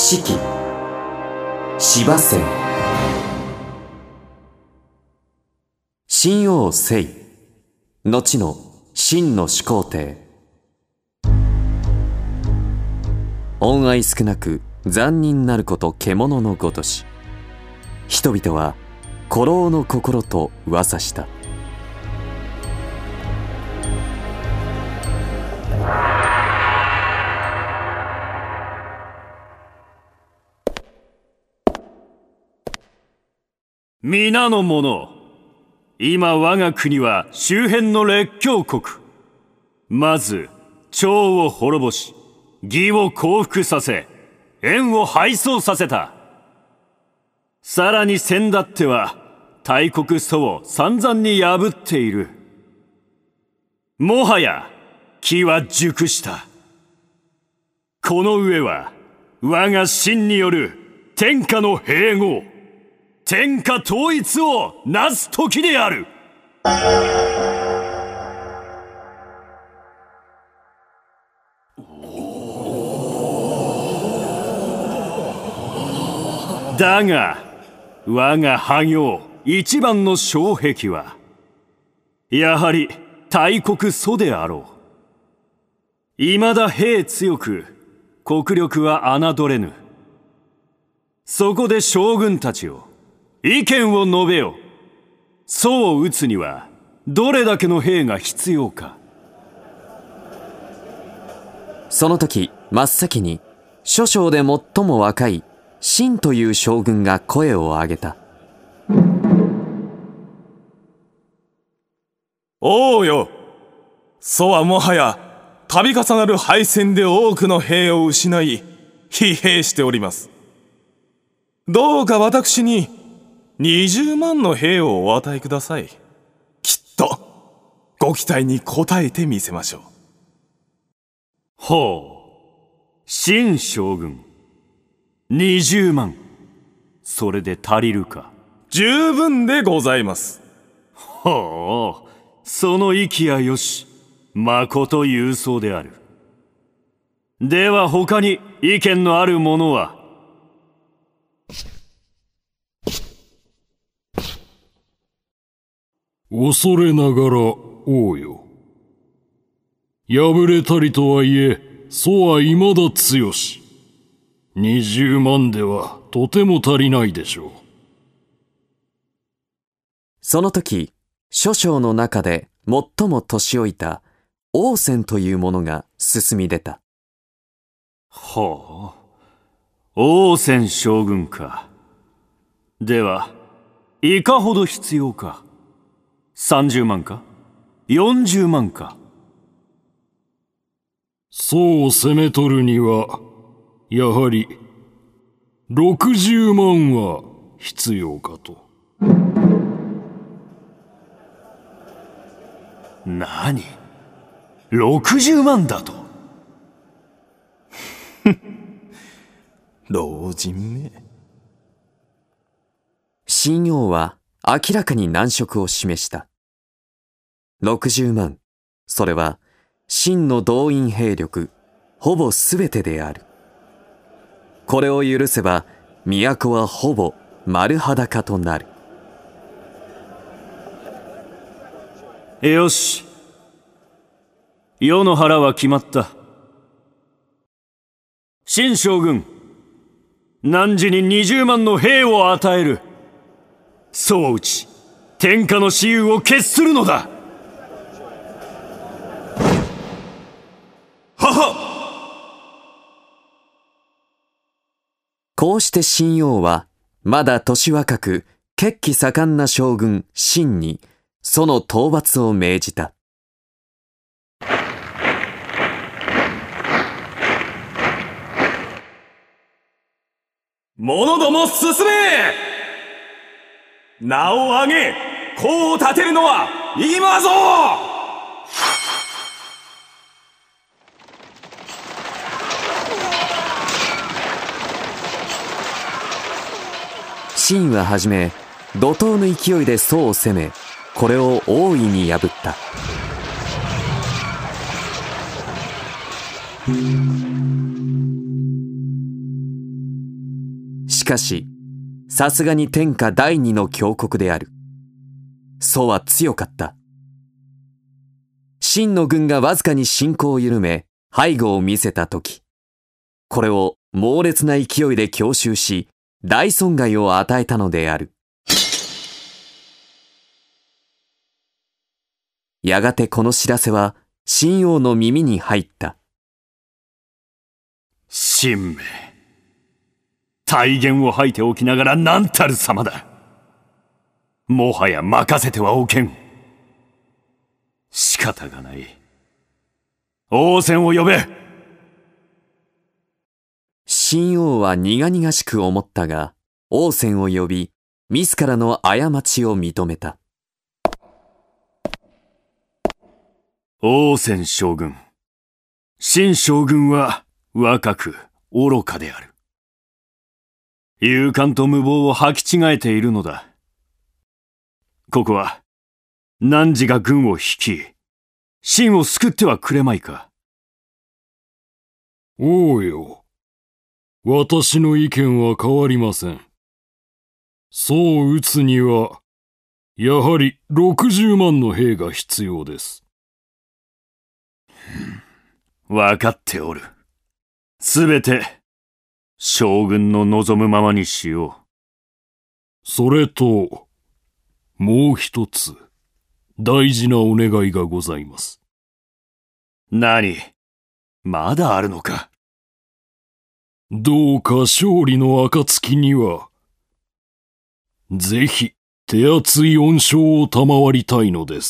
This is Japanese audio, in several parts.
四季芝遷秦王政後の秦の始皇帝。恩愛少なく残忍なること獣のごとし、人々は古老の心と噂した。 皆の者、今我が国は周辺の列強国。まず趙を滅ぼし、義を降伏させ、燕を敗走させた。さらに先だっては大国楚を散々に破っている。もはや機は熟した。この上は我が秦による天下の併合、天下統一をなす時である。だが我が覇業一番の障壁はやはり大国楚であろう。未だ兵強く国力は侮れぬ。そこで将軍たちを意見を述べよ。楚を討つにはどれだけの兵が必要か。 その時真っ先に諸将で最も若い秦という将軍が声を上げた。 王よ、楚はもはや度重なる敗戦で多くの兵を失い疲弊しております。どうか私に20万の兵をお与えください。きっとご期待に応えてみせましょう。 ほう、秦将軍20万、それで足りるか。 十分でございます。 ほう、その意気やよし、まこと勇壮である。では他に意見のある者は。 恐れながら王よ。敗れたりとはいえ、楚は未だ強し。20万ではとても足りないでしょう。 その時、諸将の中で最も年老いた王翦という者が進み出た。 ほう、王翦将軍か。では、いかほど必要か。30万か ?40 万か。 楚を攻め取るには、やはり60万は必要かと。 何 ?60 万だと。 老人め。 秦王は明らかに難色を示した。60万、それは秦の動員兵力ほぼすべてである。これを許せば都はほぼ丸裸となる。 よし、世の腹は決まった。秦将軍、汝に20万の兵を与える。楚を討ち、天下の雌雄を決するのだ。 はは。 こうして秦王はまだ年若く血気盛んな将軍秦にその討伐を命じた。 者ども進め。名を上げ、功を立てるのは今ぞ。 秦ははじめ怒涛の勢いで楚を攻め、これを大いに破った。 かし、さすがに天下第二の強国である。楚は強かった。秦の軍がわずかに侵攻を緩め、背後を見せたとき、これを猛烈な勢いで強襲し、大損害を与えたのである。やがてこの知らせは、秦王の耳に入った。 秦め、大言を吐いておきながら何たる様だ。もはや任せてはおけん。仕方がない。王翦を呼べ。 秦王は苦々しく思ったが、王翦を呼び、自らの過ちを認めた。 王翦将軍。秦将軍は若く愚かである。勇敢と無謀を履き違えているのだ。ここは、汝が軍を率い、秦を救ってはくれまいか。 王よ。私の意見は変わりません。そう討つには、やはり60万の兵が必要です。 わかっておる。すべて、将軍の望むままにしよう。それと、もう一つ、大事なお願いがございます。 何？まだあるのか？ どうか勝利の暁には、ぜひ手厚い恩賞を賜りたいのです。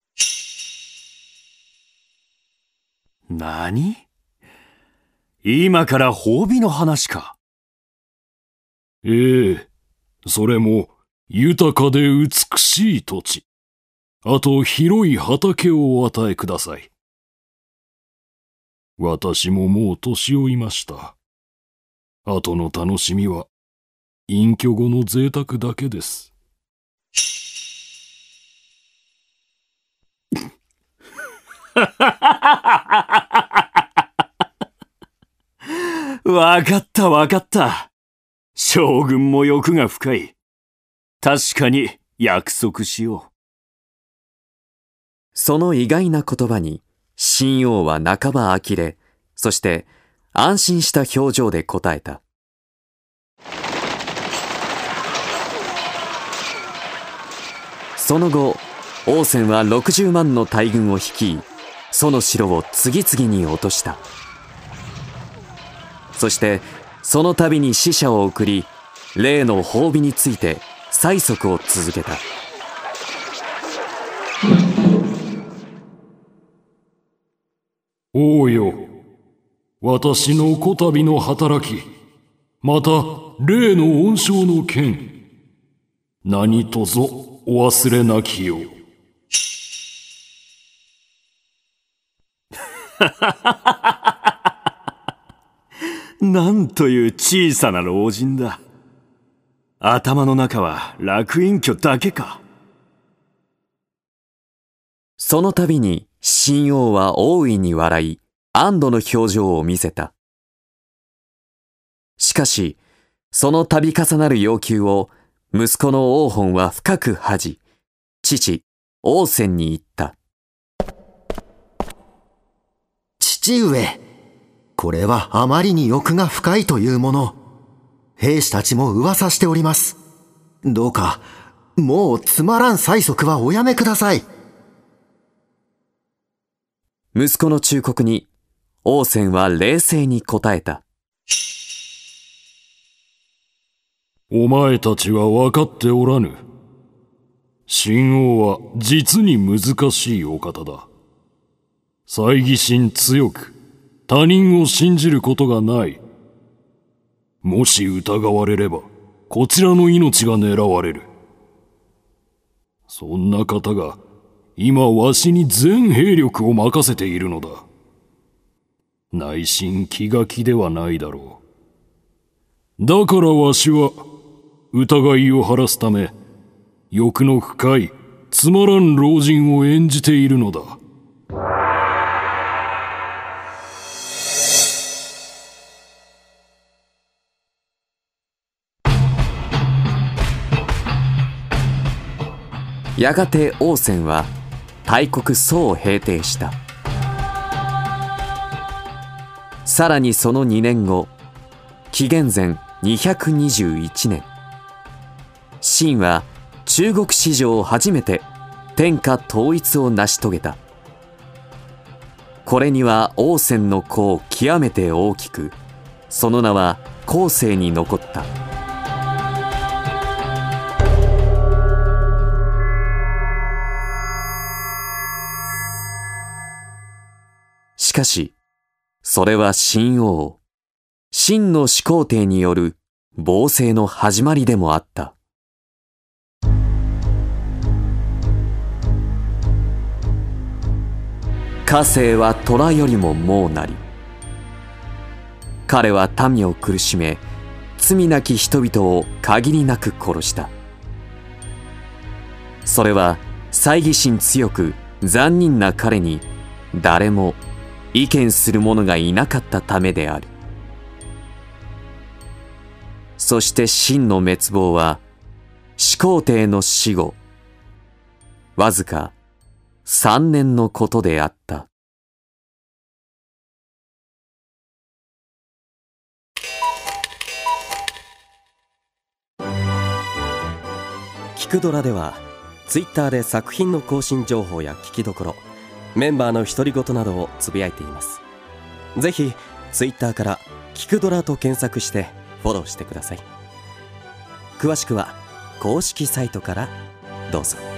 何？今から褒美の話か？ ええ、それも豊かで美しい土地、あと広い畑をお与えください。私ももう年老いました。あとの楽しみは隠居後の贅沢だけです。 わかったわかった。将軍も欲が深い。確かに約束しよう。 その意外な言葉に、秦王は半ば呆れ、そして安心した表情で答えた。その後、王翦は60万の大軍を率い、楚の城を次々に落とした。そしてその度に使者を送り、例の褒美について催促を続けた。 王よ、私のこたびの働き、また例の恩賞の件、何とぞお忘れなきよう。 なんという小さな老人だ。頭の中は楽隠居だけか。 その度に秦王は大いに笑い、安堵の表情を見せた。しかし、その度重なる要求を息子の王賁は深く恥じ、父、王翦に言った。 父上、これはあまりに欲が深いというもの。兵士たちも噂しております。どうか、もうつまらん催促はおやめください。 息子の忠告に、王翦は冷静に答えた。 お前たちは分かっておらぬ。秦王は実に難しいお方だ。猜疑心強く、他人を信じることがない。もし疑われれば、こちらの命が狙われる。そんな方が、今わしに全兵力を任せているのだ。内心気が気ではないだろう。だからわしは、疑いを晴らすため、欲の深い、つまらん老人を演じているのだ。 やがて王翦は大国蘇を平定した。さらにその2年後、紀元前221年、秦は中国史上初めて天下統一を成し遂げた。これには王翦の功極めて大きく、その名は後世に残った。しかし、それは秦王、秦の始皇帝による暴政の始まりでもあった。夏政は虎よりも猛なり。彼は民を苦しめ、罪なき人々を限りなく殺した。それは猜疑心強く残忍な彼に誰も意見する者がいなかったためである。そして秦の滅亡は始皇帝の死後わずか3年のことであった。 キクドラではツイッターで作品の更新情報や聞きどころ、メンバーの独り言などをつぶやいています。ぜひツイッターからキクドラと検索してフォローしてください。詳しくは公式サイトからどうぞ。